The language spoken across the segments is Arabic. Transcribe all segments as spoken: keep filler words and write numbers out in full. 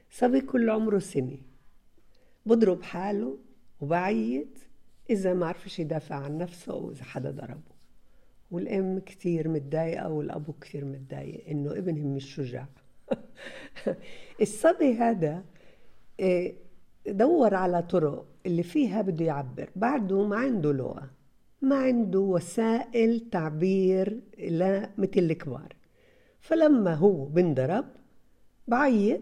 صبي كل عمره سنة بضرب حاله وبعيط إذا ما عرفش يدافع عن نفسه أو إذا حدا ضربه. والأم كتير متضايقة والأبو كتير متضايق إنه ابنهم مش شجاع. الصبي هذا إيه، دور على طرق اللي فيها بده يعبر، بعده ما عنده لغة، ما عنده وسائل تعبير لا مثل الكبار. فلما هو بنضرب بعيط،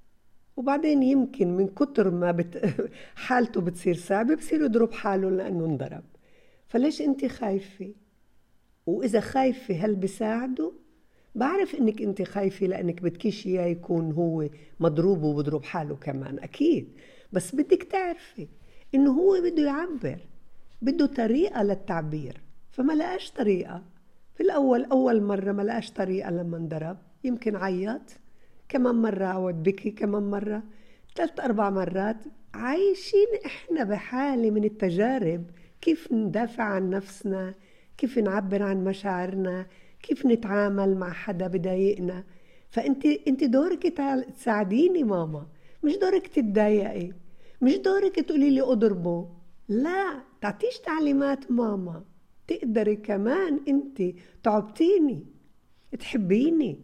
وبعدين يمكن من كتر ما بت... حالته بتصير صعبة بصير يضرب حاله لأنه انضرب. فليش انت خايفة؟ وإذا خايفة هل بساعده؟ بعرف انك انت خايفة لأنك بدكيش اياه يكون هو مضروب وبضرب حاله كمان، أكيد، بس بدك تعرفي انه هو بده يعبر، بده طريقة للتعبير، فما لقاش طريقة. في الأول أول مرة ما لقاش طريقة لما انضرب، يمكن عيط، كمان مرة عود بكي، كمان مرة، ثلاث أربع مرات. عايشين إحنا بحالة من التجارب كيف ندافع عن نفسنا، كيف نعبر عن مشاعرنا، كيف نتعامل مع حدا بضايقنا. فأنت أنت دورك تساعديني ماما، مش دورك تتضايقي، مش دورك تقولي لي أضربه، لا تعطيش تعليمات ماما. تقدري كمان أنت تعبتيني، تحبيني،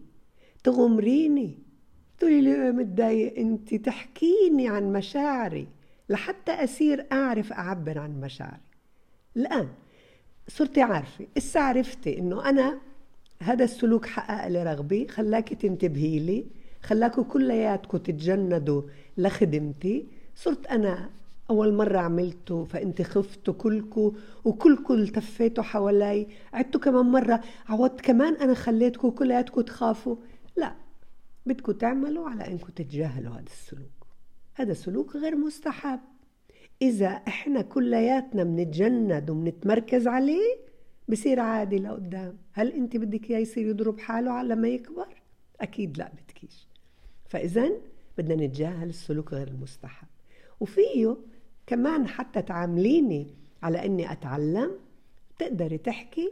تغمريني، تقولي لي متضايق انت، تحكيني عن مشاعري لحتى أصير أعرف أعبر عن مشاعري. الآن صرتي عارفة، إسا عرفتي إنه أنا هذا السلوك حقق لي رغبي، خلاكي تنتبهي لي، خلاكوا كلياتكم تتجندوا لخدمتي. صرت أنا أول مرة عملته فأنت خفتوا كلكوا وكلكوا التفيتوا حوالي، عدتوا كمان مرة عودت كمان أنا خليتكوا كلياتكم تخافوا. لا، بدكوا تعملوا على أنكم تتجاهلوا هذا السلوك. هذا سلوك غير مستحب. إذا إحنا كلياتنا منتجند ومنتمركز عليه بصير عادي لقدام. هل أنت بدك إياه يصير يضرب حاله على ما يكبر؟ أكيد لا بدكيش. فإذن بدنا نتجاهل السلوك غير المستحب. وفيه كمان حتى تعامليني على أني أتعلم، تقدري تحكي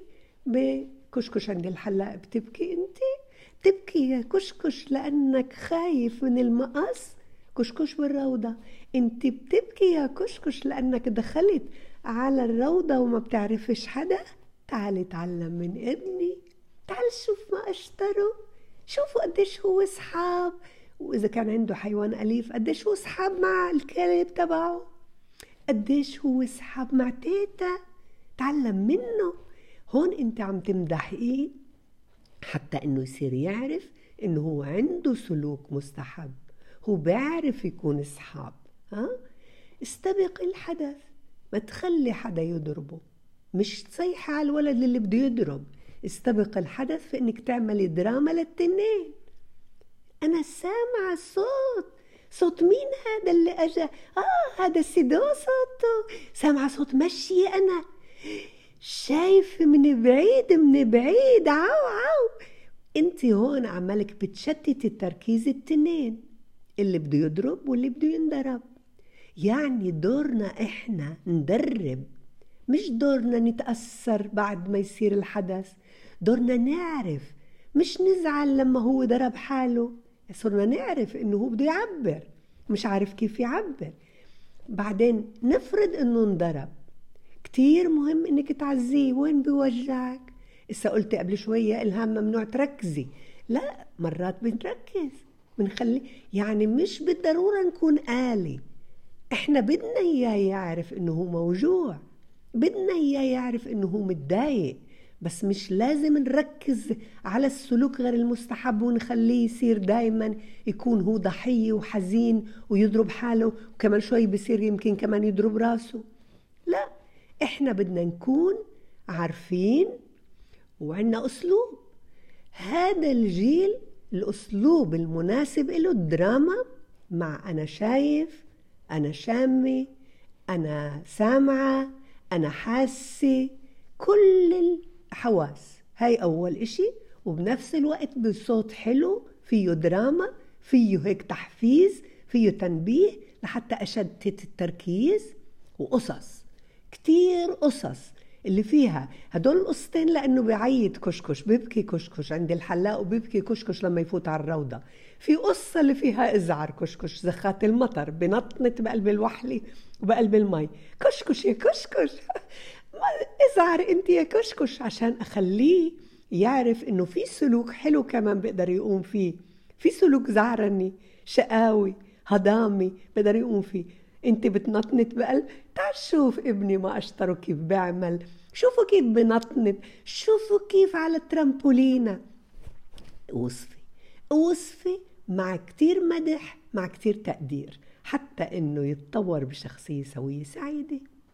بكشكش عند الحلاق، بتبكي أنت؟ تبكي يا كشكش لأنك خايف من المقص؟ كشكش بالروضة. أنت بتبكي يا كشكش لأنك دخلت على الروضة وما بتعرفش حدا؟ تعالي تعلم من ابني، تعال شوف ما اشتروا، شوفوا قديش هو صحاب، وإذا كان عنده حيوان أليف قديش هو صحاب مع الكلب تبعه، قديش هو صحاب مع تيتا، تعلم منه. هون أنت عم تمدحيه حتى إنه يصير يعرف إنه هو عنده سلوك مستحب، هو بيعرف يكون صحاب. ها؟ استبق الحدث، ما تخلي حدا يضربه، مش تصيح على الولد اللي بده يضرب. استبق الحدث في إنك تعملي دراما للتنين. أنا سامعة صوت، صوت مين هذا اللي أجا؟ آه هذا السيدو صوته، سامعة صوت مشي، أنا شايف من بعيد من بعيد، عاو عاو. انت هون عمالك بتشتتي التركيز التنين، اللي بده يضرب واللي بده ينضرب. يعني دورنا احنا ندرب، مش دورنا نتأثر بعد ما يصير الحدث. دورنا نعرف، مش نزعل لما هو ضرب حاله. صرنا نعرف انه هو بده يعبر، مش عارف كيف يعبر. بعدين نفرض انه انضرب، كتير مهم انك تعزيه. وين بيوجعك؟ إسا قلت قبل شوية إلهام ممنوع تركزي، لا مرات بنركز بنخلي، يعني مش بالضرورة نكون آلي. احنا بدنا إياه يعرف إنه هو موجوع، بدنا إياه يعرف إنه هو متضايق، بس مش لازم نركز على السلوك غير المستحب ونخليه يصير دايما يكون هو ضحية وحزين ويضرب حاله، وكمان شوي بصير يمكن كمان يضرب راسه. لا، احنا بدنا نكون عارفين وعندنا أسلوب. هذا الجيل الأسلوب المناسب له الدراما، مع أنا شايف، أنا شامي، أنا سامعة، أنا حاسة، كل الحواس. هاي أول إشي، وبنفس الوقت بصوت حلو فيه دراما، فيه هيك تحفيز، فيه تنبيه لحتى أشتت التركيز. وقصص، كتير قصص اللي فيها هدول القصتين، لأنه بيعيط كشكش، بيبكي كشكش عند الحلاق وبيبكي كشكش لما يفوت على الروضة. في قصة اللي فيها ازعر كشكش، زخات المطر بنطنت بقلب الوحلة وبقلب المي، كشكش يا كشكش ازعر انت يا كشكش، عشان اخليه يعرف انه في سلوك حلو كمان بيقدر يقوم فيه، في سلوك زعرني شقاوي هضامي بيقدر يقوم فيه. انت بتنطنت بقلب، تعال شوف ابني ما اشطره كيف بيعمل، شوفوا كيف بنطنت، شوفوا كيف على الترامبولينة. وصفي وصفي مع كتير مدح، مع كتير تقدير، حتى انه يتطور بشخصية سوية سعيدة.